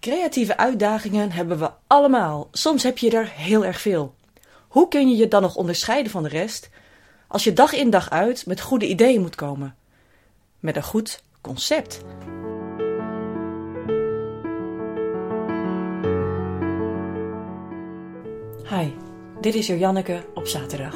Creatieve uitdagingen hebben we allemaal. Soms heb je er heel erg veel. Hoe kun je je dan nog onderscheiden van de rest als je dag in dag uit met goede ideeën moet komen? Met een goed concept. Hi, dit is Janneke op zaterdag.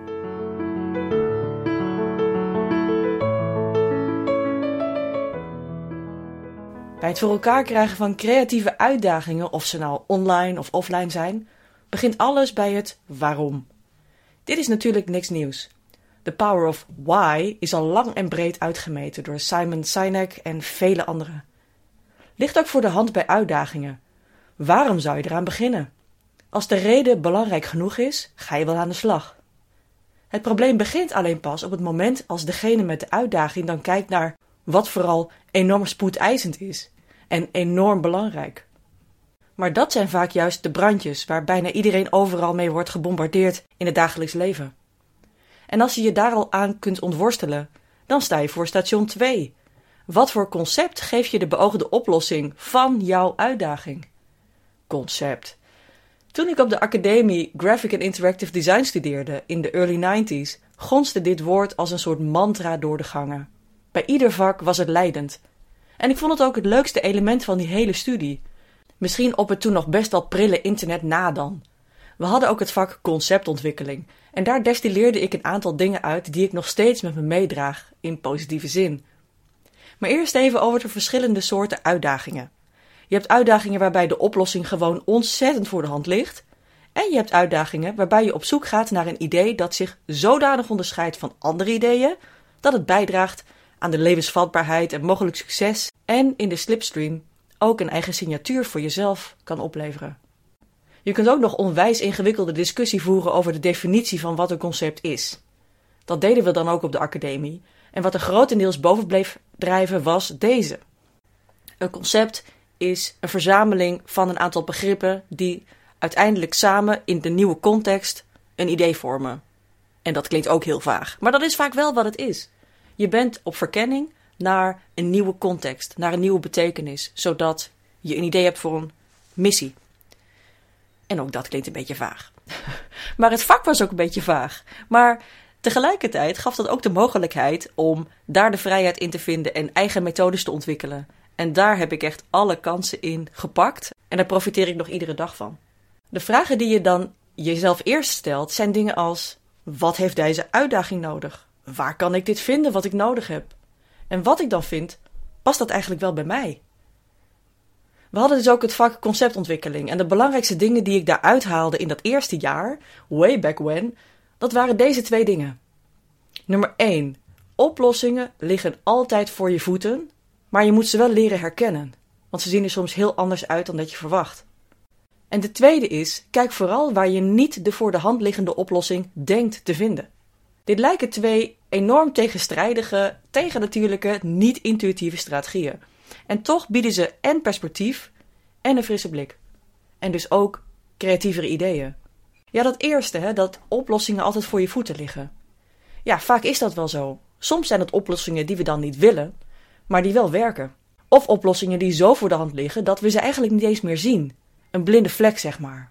Bij het voor elkaar krijgen van creatieve uitdagingen, of ze nou online of offline zijn, begint alles bij het waarom. Dit is natuurlijk niks nieuws. The power of why is al lang en breed uitgemeten door Simon Sinek en vele anderen. Ligt ook voor de hand bij uitdagingen. Waarom zou je eraan beginnen? Als de reden belangrijk genoeg is, ga je wel aan de slag. Het probleem begint alleen pas op het moment als degene met de uitdaging dan kijkt naar wat vooral enorm spoedeisend is en enorm belangrijk. Maar dat zijn vaak juist de brandjes waar bijna iedereen overal mee wordt gebombardeerd in het dagelijks leven. En als je je daar al aan kunt ontworstelen, dan sta je voor station 2. Wat voor concept geef je de beoogde oplossing van jouw uitdaging? Concept. Toen ik op de academie Graphic and Interactive Design studeerde in de early 90s, gonste dit woord als een soort mantra door de gangen. Bij ieder vak was het leidend. En ik vond het ook het leukste element van die hele studie. Misschien op het toen nog best wel prille internet na dan. We hadden ook het vak conceptontwikkeling. En daar destilleerde ik een aantal dingen uit die ik nog steeds met me meedraag, in positieve zin. Maar eerst even over de verschillende soorten uitdagingen. Je hebt uitdagingen waarbij de oplossing gewoon ontzettend voor de hand ligt. En je hebt uitdagingen waarbij je op zoek gaat naar een idee dat zich zodanig onderscheidt van andere ideeën, dat het bijdraagt aan de levensvatbaarheid en mogelijk succes en in de slipstream ook een eigen signatuur voor jezelf kan opleveren. Je kunt ook nog onwijs ingewikkelde discussie voeren over de definitie van wat een concept is. Dat deden we dan ook op de academie en wat er grotendeels boven bleef drijven was deze. Een concept is een verzameling van een aantal begrippen die uiteindelijk samen in de nieuwe context een idee vormen. En dat klinkt ook heel vaag, maar dat is vaak wel wat het is. Je bent op verkenning naar een nieuwe context, naar een nieuwe betekenis, zodat je een idee hebt voor een missie. En ook dat klinkt een beetje vaag. Maar het vak was ook een beetje vaag. Maar tegelijkertijd gaf dat ook de mogelijkheid om daar de vrijheid in te vinden en eigen methodes te ontwikkelen. En daar heb ik echt alle kansen in gepakt en daar profiteer ik nog iedere dag van. De vragen die je dan jezelf eerst stelt zijn dingen als: wat heeft deze uitdaging nodig? Waar kan ik dit vinden wat ik nodig heb? En wat ik dan vind, past dat eigenlijk wel bij mij? We hadden dus ook het vak conceptontwikkeling en de belangrijkste dingen die ik daaruit haalde in dat eerste jaar, way back when, dat waren deze 2 dingen. Nummer 1. Oplossingen liggen altijd voor je voeten, maar je moet ze wel leren herkennen, want ze zien er soms heel anders uit dan dat je verwacht. En de tweede is, kijk vooral waar je niet de voor de hand liggende oplossing denkt te vinden. Dit lijken 2 enorm tegenstrijdige, tegennatuurlijke, niet-intuïtieve strategieën. En toch bieden ze en perspectief en een frisse blik. En dus ook creatievere ideeën. Ja, dat eerste, dat oplossingen altijd voor je voeten liggen. Ja, vaak is dat wel zo. Soms zijn het oplossingen die we dan niet willen, maar die wel werken. Of oplossingen die zo voor de hand liggen dat we ze eigenlijk niet eens meer zien. Een blinde vlek, zeg maar.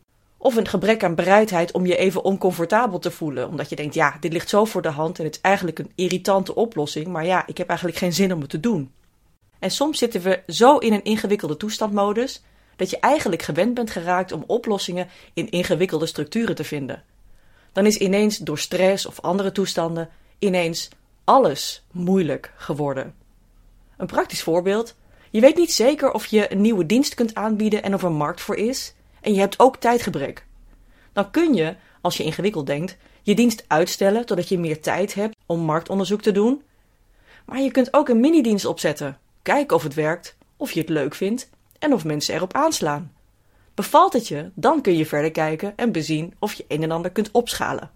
Of een gebrek aan bereidheid om je even oncomfortabel te voelen. Omdat je denkt, ja, dit ligt zo voor de hand en het is eigenlijk een irritante oplossing. Maar ja, ik heb eigenlijk geen zin om het te doen. En soms zitten we zo in een ingewikkelde toestandmodus dat je eigenlijk gewend bent geraakt om oplossingen in ingewikkelde structuren te vinden. Dan is ineens door stress of andere toestanden ineens alles moeilijk geworden. Een praktisch voorbeeld. Je weet niet zeker of je een nieuwe dienst kunt aanbieden en of er markt voor is. En je hebt ook tijdgebrek. Dan kun je, als je ingewikkeld denkt, je dienst uitstellen totdat je meer tijd hebt om marktonderzoek te doen. Maar je kunt ook een mini-dienst opzetten. Kijken of het werkt, of je het leuk vindt en of mensen erop aanslaan. Bevalt het je, dan kun je verder kijken en bezien of je een en ander kunt opschalen.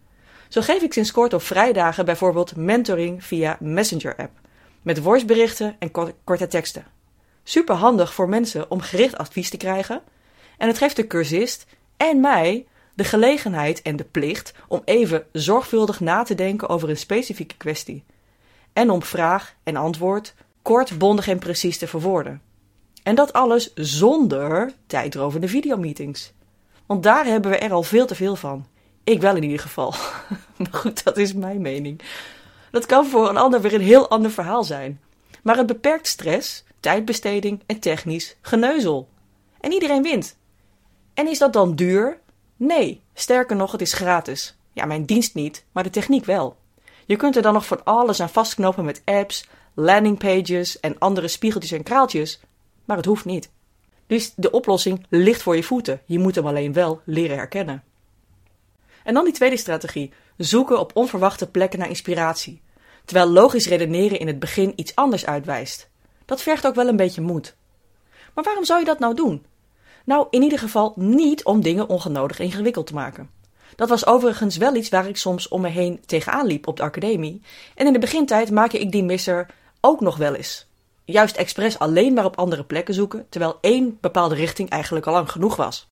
Zo geef ik sinds kort op vrijdagen bijvoorbeeld mentoring via Messenger-app. Met voiceberichten en korte teksten. Super handig voor mensen om gericht advies te krijgen. En het geeft de cursist en mij de gelegenheid en de plicht om even zorgvuldig na te denken over een specifieke kwestie. En om vraag en antwoord kort, bondig en precies te verwoorden. En dat alles zonder tijdrovende videomeetings. Want daar hebben we er al veel te veel van. Ik wel in ieder geval. Maar goed, dat is mijn mening. Dat kan voor een ander weer een heel ander verhaal zijn. Maar het beperkt stress, tijdbesteding en technisch geneuzel. En iedereen wint. En is dat dan duur? Nee, sterker nog, het is gratis. Ja, mijn dienst niet, maar de techniek wel. Je kunt er dan nog van alles aan vastknopen met apps, landingpages en andere spiegeltjes en kraaltjes. Maar het hoeft niet. Dus de oplossing ligt voor je voeten. Je moet hem alleen wel leren herkennen. En dan die tweede strategie. Zoeken op onverwachte plekken naar inspiratie. Terwijl logisch redeneren in het begin iets anders uitwijst. Dat vergt ook wel een beetje moed. Maar waarom zou je dat nou doen? Nou, in ieder geval niet om dingen ongenodig ingewikkeld te maken. Dat was overigens wel iets waar ik soms om me heen tegenaan liep op de academie. En in de begintijd maakte ik die misser ook nog wel eens. Juist expres alleen maar op andere plekken zoeken, terwijl één bepaalde richting eigenlijk al lang genoeg was.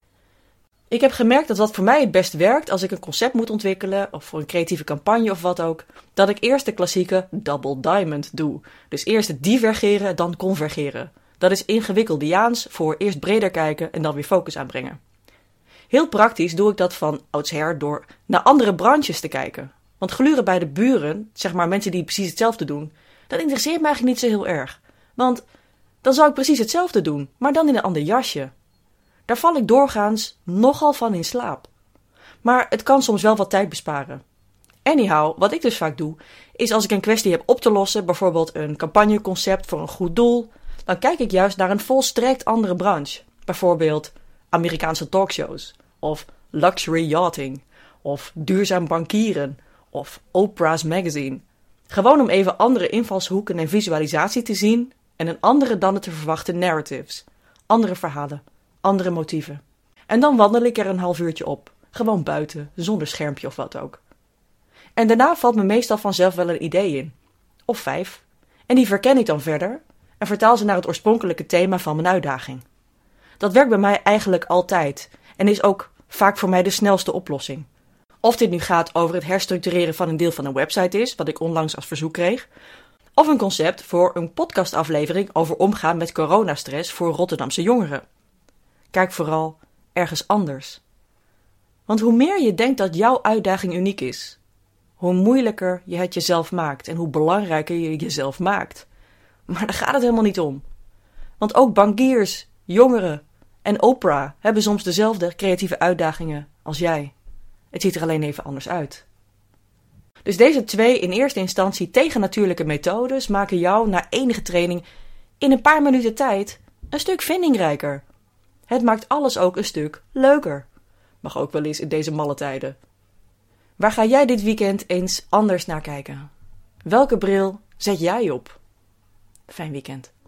Ik heb gemerkt dat wat voor mij het best werkt als ik een concept moet ontwikkelen, of voor een creatieve campagne of wat ook, dat ik eerst de klassieke double diamond doe. Dus eerst het divergeren, dan convergeren. Dat is ingewikkeldiaans voor eerst breder kijken en dan weer focus aanbrengen. Heel praktisch doe ik dat van oudsher door naar andere branches te kijken. Want gluren bij de buren, zeg maar mensen die precies hetzelfde doen, dat interesseert me eigenlijk niet zo heel erg. Want dan zou ik precies hetzelfde doen, maar dan in een ander jasje. Daar val ik doorgaans nogal van in slaap. Maar het kan soms wel wat tijd besparen. Anyhow, wat ik dus vaak doe, is als ik een kwestie heb op te lossen, bijvoorbeeld een campagneconcept voor een goed doel, dan kijk ik juist naar een volstrekt andere branche. Bijvoorbeeld Amerikaanse talkshows, of luxury yachting, of duurzaam bankieren, of Oprah's magazine. Gewoon om even andere invalshoeken en visualisatie te zien en een andere dan het te verwachten narratives. Andere verhalen, andere motieven. En dan wandel ik er een half uurtje op, gewoon buiten, zonder schermpje of wat ook. En daarna valt me meestal vanzelf wel een idee in. Of 5. En die verken ik dan verder en vertaal ze naar het oorspronkelijke thema van mijn uitdaging. Dat werkt bij mij eigenlijk altijd en is ook vaak voor mij de snelste oplossing. Of dit nu gaat over het herstructureren van een deel van een website is, wat ik onlangs als verzoek kreeg, of een concept voor een podcastaflevering over omgaan met coronastress voor Rotterdamse jongeren. Kijk vooral ergens anders. Want hoe meer je denkt dat jouw uitdaging uniek is, hoe moeilijker je het jezelf maakt en hoe belangrijker je jezelf maakt. Maar daar gaat het helemaal niet om. Want ook bankiers, jongeren en Oprah hebben soms dezelfde creatieve uitdagingen als jij. Het ziet er alleen even anders uit. Dus deze 2 in eerste instantie tegennatuurlijke methodes maken jou na enige training in een paar minuten tijd een stuk vindingrijker. Het maakt alles ook een stuk leuker. Mag ook wel eens in deze malle tijden. Waar ga jij dit weekend eens anders naar kijken? Welke bril zet jij op? Fijn weekend.